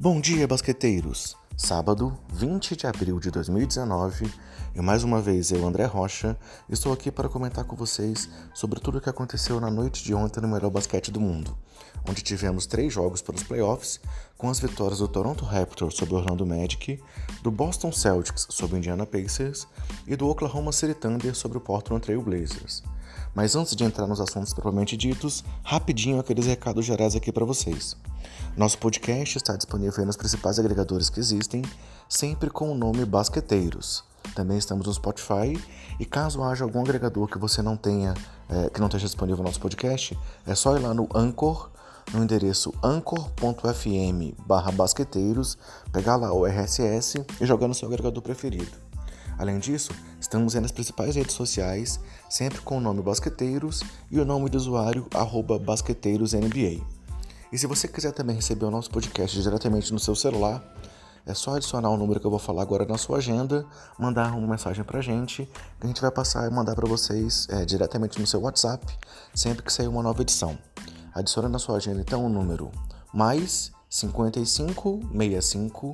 Bom dia, basqueteiros! Sábado, 20 de abril de 2019, e mais uma vez eu, André Rocha, estou aqui para comentar com vocês sobre tudo o que aconteceu na noite de ontem no melhor basquete do mundo, onde tivemos 3 jogos pelos playoffs, com as vitórias do Toronto Raptors sobre o Orlando Magic, do Boston Celtics sobre o Indiana Pacers e do Oklahoma City Thunder sobre o Portland Trail Blazers. Mas antes de entrar nos assuntos propriamente ditos, rapidinho aqueles recados gerais aqui para vocês. Nosso podcast está disponível nos principais agregadores que existem, sempre com o nome Basqueteiros. Também estamos no Spotify e caso haja algum agregador que você não tenha, que não esteja disponível no nosso podcast, é só ir lá no Anchor, no endereço anchor.fm/basqueteiros, pegar lá o RSS e jogar no seu agregador preferido. Além disso, estamos nas principais redes sociais, sempre com o nome Basqueteiros e o nome do usuário @basqueteirosNBA. E se você quiser também receber o nosso podcast diretamente no seu celular, é só adicionar o número que eu vou falar agora na sua agenda, mandar uma mensagem pra gente, que a gente vai passar e mandar para vocês diretamente no seu WhatsApp, sempre que sair uma nova edição. Adicione na sua agenda então o número mais 55 65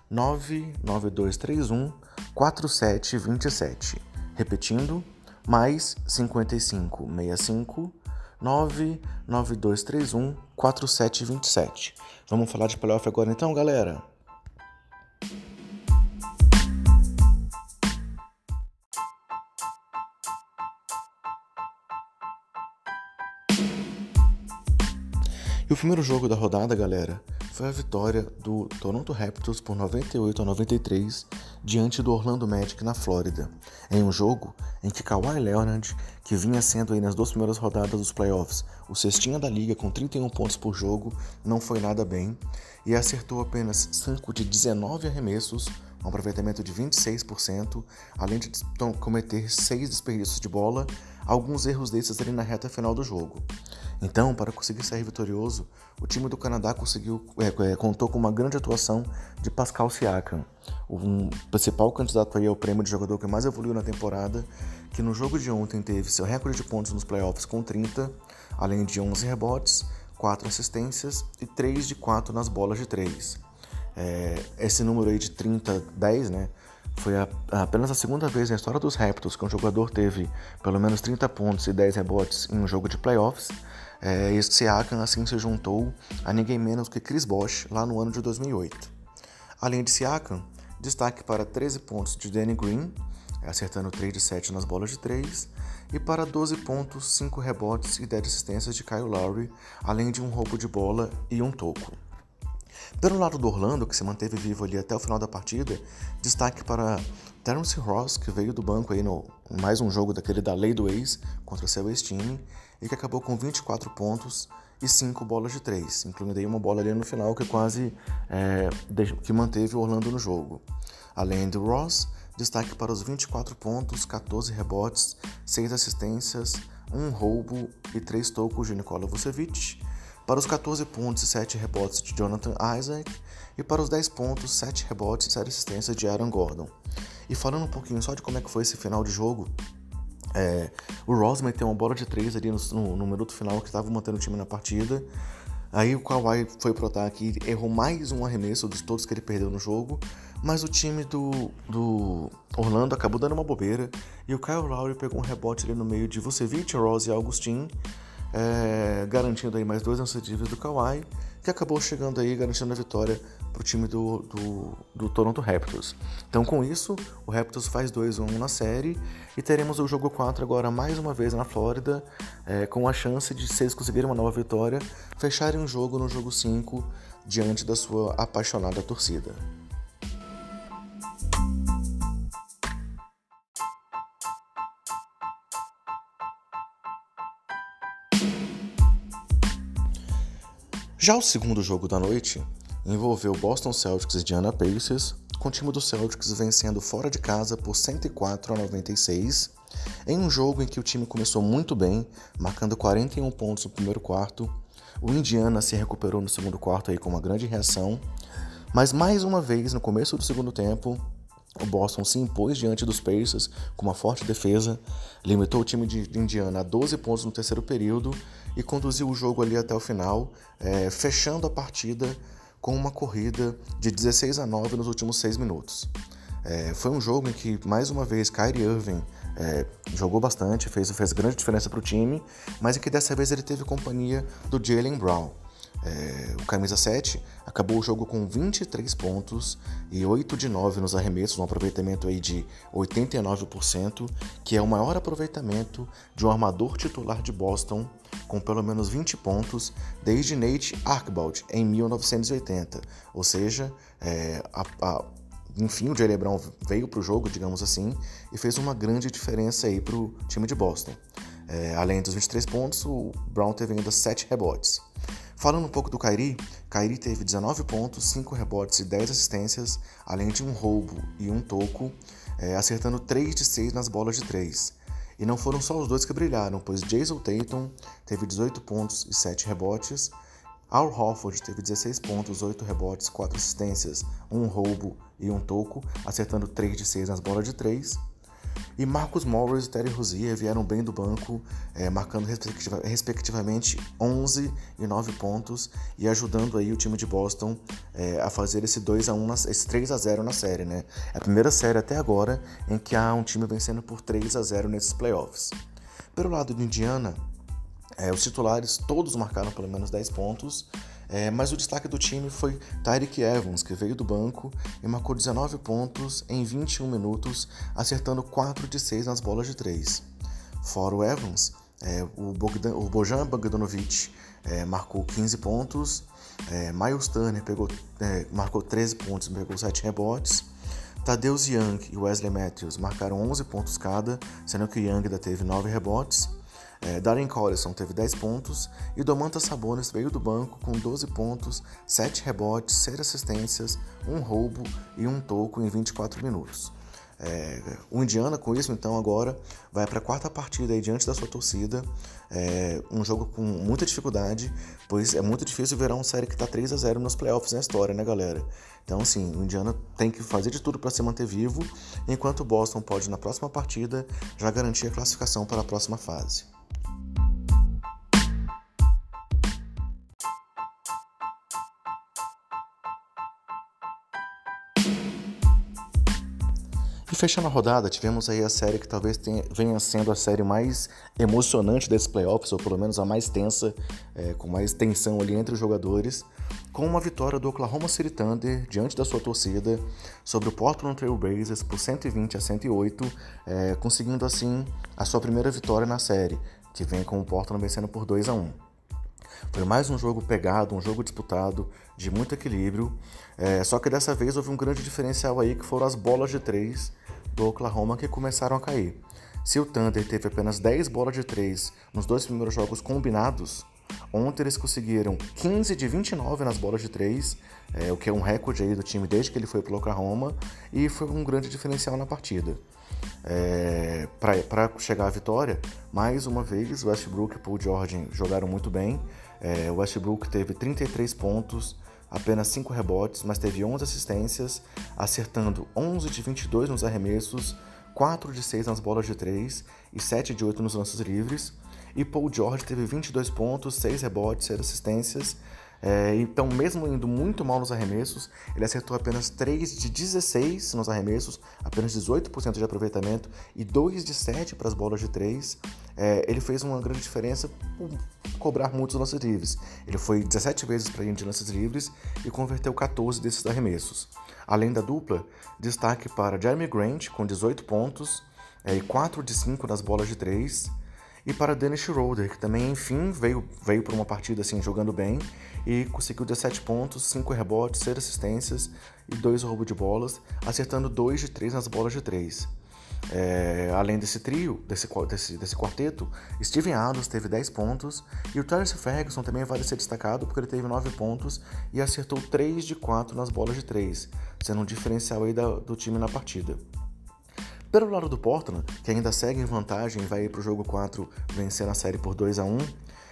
99231 4727. Repetindo, mais 55 65 99231 4727. Vamos falar de playoff agora então, galera? E o primeiro jogo da rodada, galera, foi a vitória do Toronto Raptors por 98-93 diante do Orlando Magic na Flórida, em um jogo em que Kawhi Leonard, que vinha sendo aí nas 2 primeiras rodadas dos playoffs o cestinha da liga com 31 pontos por jogo, não foi nada bem e acertou apenas 5 de 19 arremessos, um aproveitamento de 26%, além de cometer 6 desperdícios de bola, alguns erros desses ali na reta final do jogo. Então, para conseguir sair vitorioso, o time do Canadá contou com uma grande atuação de Pascal Siakam, o principal candidato aí ao prêmio de jogador que mais evoluiu na temporada, que no jogo de ontem teve seu recorde de pontos nos playoffs com 30, além de 11 rebotes, 4 assistências e 3 de 4 nas bolas de 3. Esse número aí de 30-10, né, foi apenas a segunda vez na história dos Raptors que um jogador teve pelo menos 30 pontos e 10 rebotes em um jogo de playoffs. E Siakam assim se juntou a ninguém menos que Chris Bosh lá no ano de 2008. Além de Siakam, destaque para 13 pontos de Danny Green, acertando 3 de 7 nas bolas de 3, e para 12 pontos, 5 rebotes e 10 assistências de Kyle Lowry, além de um roubo de bola e um toco. Pelo lado do Orlando, que se manteve vivo ali até o final da partida, destaque para Terrence Ross, que veio do banco aí no mais um jogo daquele da lei do ex contra seu ex-time, e que acabou com 24 pontos e 5 bolas de 3, incluindo aí uma bola ali no final que quase que manteve o Orlando no jogo. Além do Ross, destaque para os 24 pontos, 14 rebotes, 6 assistências, 1 roubo e 3 tocos de Nikola Vucevic, para os 14 pontos e 7 rebotes de Jonathan Isaac e para os 10 pontos, 7 rebotes e 7 assistências de Aaron Gordon. E falando um pouquinho só de como é que foi esse final de jogo, o Ross meteu uma bola de 3 ali no minuto final que estava mantendo o time na partida. Aí o Kawhi foi pro ataque e errou mais um arremesso dos todos que ele perdeu no jogo, mas o time do Orlando acabou dando uma bobeira e o Kyle Lowry pegou um rebote ali no meio de Vucevic, Ross e Augustin, garantindo aí mais 2 lances do Kawhi, que acabou chegando aí garantindo a vitória para o time do Toronto Raptors. Então com isso, o Raptors faz 2-1 na série e teremos o jogo 4 agora mais uma vez na Flórida, com a chance de, se eles conseguirem uma nova vitória, fecharem o jogo no jogo 5 diante da sua apaixonada torcida. Já o segundo jogo da noite envolveu Boston Celtics e Indiana Pacers, com o time do Celtics vencendo fora de casa por 104-96, em um jogo em que o time começou muito bem, marcando 41 pontos no primeiro quarto. O Indiana se recuperou no segundo quarto aí com uma grande reação, mas mais uma vez no começo do segundo tempo, o Boston se impôs diante dos Pacers com uma forte defesa, limitou o time de Indiana a 12 pontos no terceiro período e conduziu o jogo ali até o final, fechando a partida com uma corrida de 16-9 nos últimos 6 minutos. Foi um jogo em que, mais uma vez, Kyrie Irving jogou bastante, fez grande diferença para o time, mas em que dessa vez ele teve companhia do Jaylen Brown. O camisa 7 acabou o jogo com 23 pontos e 8 de 9 nos arremessos, um aproveitamento aí de 89%, que é o maior aproveitamento de um armador titular de Boston com pelo menos 20 pontos desde Nate Archibald em 1980. Ou seja, enfim, o Jaylen Brown veio para o jogo, digamos assim, e fez uma grande diferença aí para o time de Boston. Além dos 23 pontos, o Brown teve ainda 7 rebotes. Falando um pouco do Kyrie teve 19 pontos, 5 rebotes e 10 assistências, além de um roubo e um toco, acertando 3 de 6 nas bolas de 3. E não foram só os dois que brilharam, pois Jason Tatum teve 18 pontos e 7 rebotes, Al Horford teve 16 pontos, 8 rebotes, 4 assistências, um roubo e um toco, acertando 3 de 6 nas bolas de 3. E Marcus Morris e Terry Rozier vieram bem do banco, marcando respectivamente 11 e 9 pontos e ajudando aí o time de Boston a fazer esse 3-0 na série, né? É a primeira série até agora em que há um time vencendo por 3-0 nesses playoffs. Pelo lado do Indiana, os titulares todos marcaram pelo menos 10 pontos, mas o destaque do time foi Tyreke Evans, que veio do banco e marcou 19 pontos em 21 minutos, acertando 4 de 6 nas bolas de 3. Fora o Evans, o Bojan Bogdanovic marcou 15 pontos, Miles Turner marcou 13 pontos e pegou 7 rebotes, Tadeusz Young e Wesley Matthews marcaram 11 pontos cada, sendo que Young ainda teve 9 rebotes. Darren Collison teve 10 pontos e Domantas Sabonis veio do banco com 12 pontos, 7 rebotes, 6 assistências, um roubo e um toco em 24 minutos. O Indiana, com isso, então, agora vai para a quarta partida aí diante da sua torcida, um jogo com muita dificuldade, pois é muito difícil ver uma série que está 3-0 nos playoffs na história, né, galera? Então, assim, o Indiana tem que fazer de tudo para se manter vivo, enquanto o Boston pode, na próxima partida, já garantir a classificação para a próxima fase. E fechando a rodada, tivemos aí a série que talvez venha sendo a série mais emocionante desses playoffs, ou pelo menos a mais tensa, com mais tensão ali entre os jogadores, com uma vitória do Oklahoma City Thunder diante da sua torcida sobre o Portland Trail Blazers por 120-108, conseguindo assim a sua primeira vitória na série, que vem com o Portland vencendo por 2-1. Foi mais um jogo pegado, um jogo disputado, de muito equilíbrio, só que dessa vez houve um grande diferencial aí, que foram as bolas de 3 do Oklahoma que começaram a cair. Se o Thunder teve apenas 10 bolas de 3 nos 2 primeiros jogos combinados, ontem eles conseguiram 15 de 29 nas bolas de 3, o que é um recorde aí do time desde que ele foi para o Oklahoma, e foi um grande diferencial na partida. Para chegar à vitória, mais uma vez, Westbrook e Paul George jogaram muito bem. O Westbrook teve 33 pontos, apenas 5 rebotes, mas teve 11 assistências, acertando 11 de 22 nos arremessos, 4 de 6 nas bolas de 3 e 7 de 8 nos lances livres. E Paul George teve 22 pontos, 6 rebotes, 6 assistências. Então, mesmo indo muito mal nos arremessos, ele acertou apenas 3 de 16 nos arremessos, apenas 18% de aproveitamento e 2 de 7 para as bolas de 3. Ele fez uma grande diferença por cobrar muitos lances livres. Ele foi 17 vezes para a linha de lances livres e converteu 14 desses arremessos. Além da dupla, destaque para Jeremy Grant, com 18 pontos e 4 de 5 nas bolas de 3. E para Dennis Schroeder, que também, enfim, veio para uma partida assim, jogando bem e conseguiu 17 pontos, 5 rebotes, 6 assistências e 2 roubos de bolas, acertando 2 de 3 nas bolas de 3. Além desse trio, desse quarteto, Steven Adams teve 10 pontos e o Tyrese Ferguson também vale ser destacado porque ele teve 9 pontos e acertou 3 de 4 nas bolas de 3, sendo um diferencial aí do time na partida. Pelo lado do Portland, que ainda segue em vantagem e vai para o jogo 4 vencendo a série por 2-1,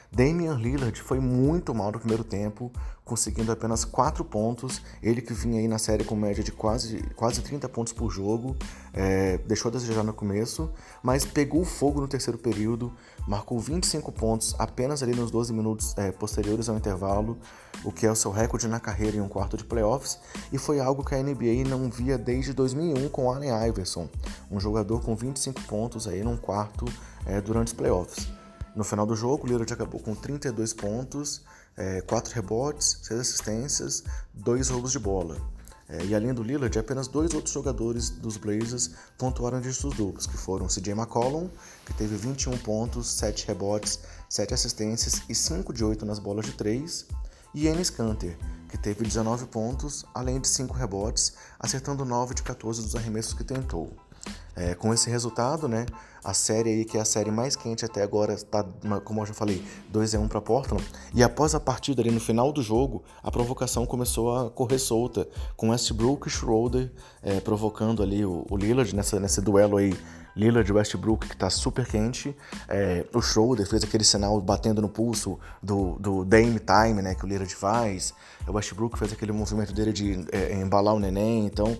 Damian Lillard foi muito mal no primeiro tempo, conseguindo apenas 4 pontos. Ele que vinha aí na série com média de quase 30 pontos por jogo, deixou a desejar no começo, mas pegou fogo no terceiro período, marcou 25 pontos apenas ali nos 12 minutos posteriores ao intervalo, o que é o seu recorde na carreira em um quarto de playoffs, e foi algo que a NBA não via desde 2001 com Allen Iverson, um jogador com 25 pontos aí num quarto durante os playoffs. No final do jogo, o Lillard acabou com 32 pontos, 4 rebotes, 6 assistências, 2 roubos de bola. E além do Lillard, apenas 2 outros jogadores dos Blazers pontuaram dígitos duplos, que foram CJ McCollum, que teve 21 pontos, 7 rebotes, 7 assistências e 5 de 8 nas bolas de 3, e Enes Kanter, que teve 19 pontos, além de 5 rebotes, acertando 9 de 14 dos arremessos que tentou. Com esse resultado, né, a série aí, que é a série mais quente até agora, está, como eu já falei, 2-1 para Portland. E após a partida ali no final do jogo, a provocação começou a correr solta, com Westbrook e Schroeder provocando ali o Lillard nesse duelo aí, Lillard e Westbrook, que está super quente. O Schroeder fez aquele sinal batendo no pulso do Dame Time, né, que o Lillard faz. O Westbrook fez aquele movimento dele de embalar o neném. Então,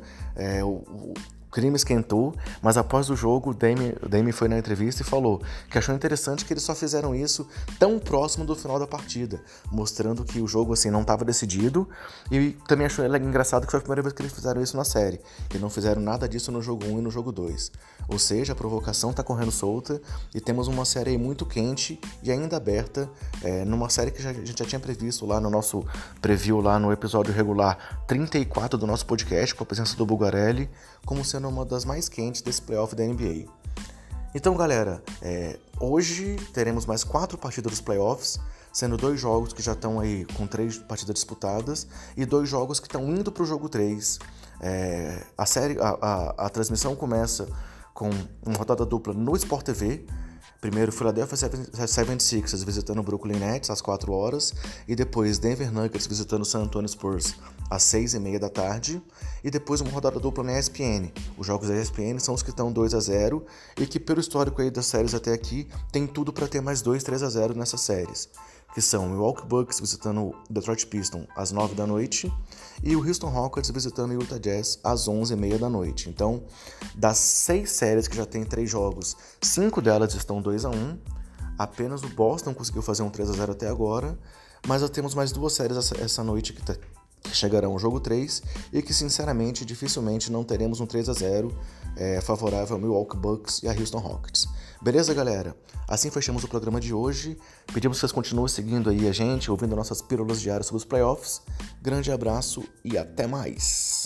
o clima esquentou, mas após o jogo, o Dame foi na entrevista e falou que achou interessante que eles só fizeram isso tão próximo do final da partida, mostrando que o jogo assim não estava decidido, e também achou engraçado que foi a primeira vez que eles fizeram isso na série, que não fizeram nada disso no jogo 1 e no jogo 2. Ou seja, a provocação está correndo solta e temos uma série aí muito quente e ainda aberta, numa série que a gente já tinha previsto lá no nosso preview, lá no episódio regular 34 do nosso podcast, com a presença do Bugarelli, como sendo uma das mais quentes desse playoff da NBA. Então, galera, hoje teremos mais 4 partidas dos playoffs, sendo 2 jogos que já estão aí com 3 partidas disputadas e 2 jogos que estão indo para o jogo 3. A transmissão começa com uma rodada dupla no Sport TV. Primeiro, Philadelphia 76ers visitando o Brooklyn Nets às 4 horas, e depois Denver Nuggets visitando o San Antonio Spurs às 6h30 da tarde, e depois uma rodada dupla na ESPN. Os jogos da ESPN são os que estão 2-0 e que, pelo histórico aí das séries até aqui, tem tudo para ter mais 2-3-0 nessas séries, que são o Milwaukee Bucks visitando o Detroit Pistons às 9 da noite e o Houston Rockets visitando o Utah Jazz às 11h30 da noite. Então, das 6 séries que já tem 3 jogos, 5 delas estão 2-1, apenas o Boston conseguiu fazer um 3-0 até agora, mas nós temos mais 2 séries essa noite que chegarão ao jogo 3 e que, sinceramente, dificilmente não teremos um 3-0 favorável ao Milwaukee Bucks e a Houston Rockets. Beleza, galera? Assim fechamos o programa de hoje. Pedimos que vocês continuem seguindo aí a gente, ouvindo nossas pílulas diárias sobre os playoffs. Grande abraço e até mais!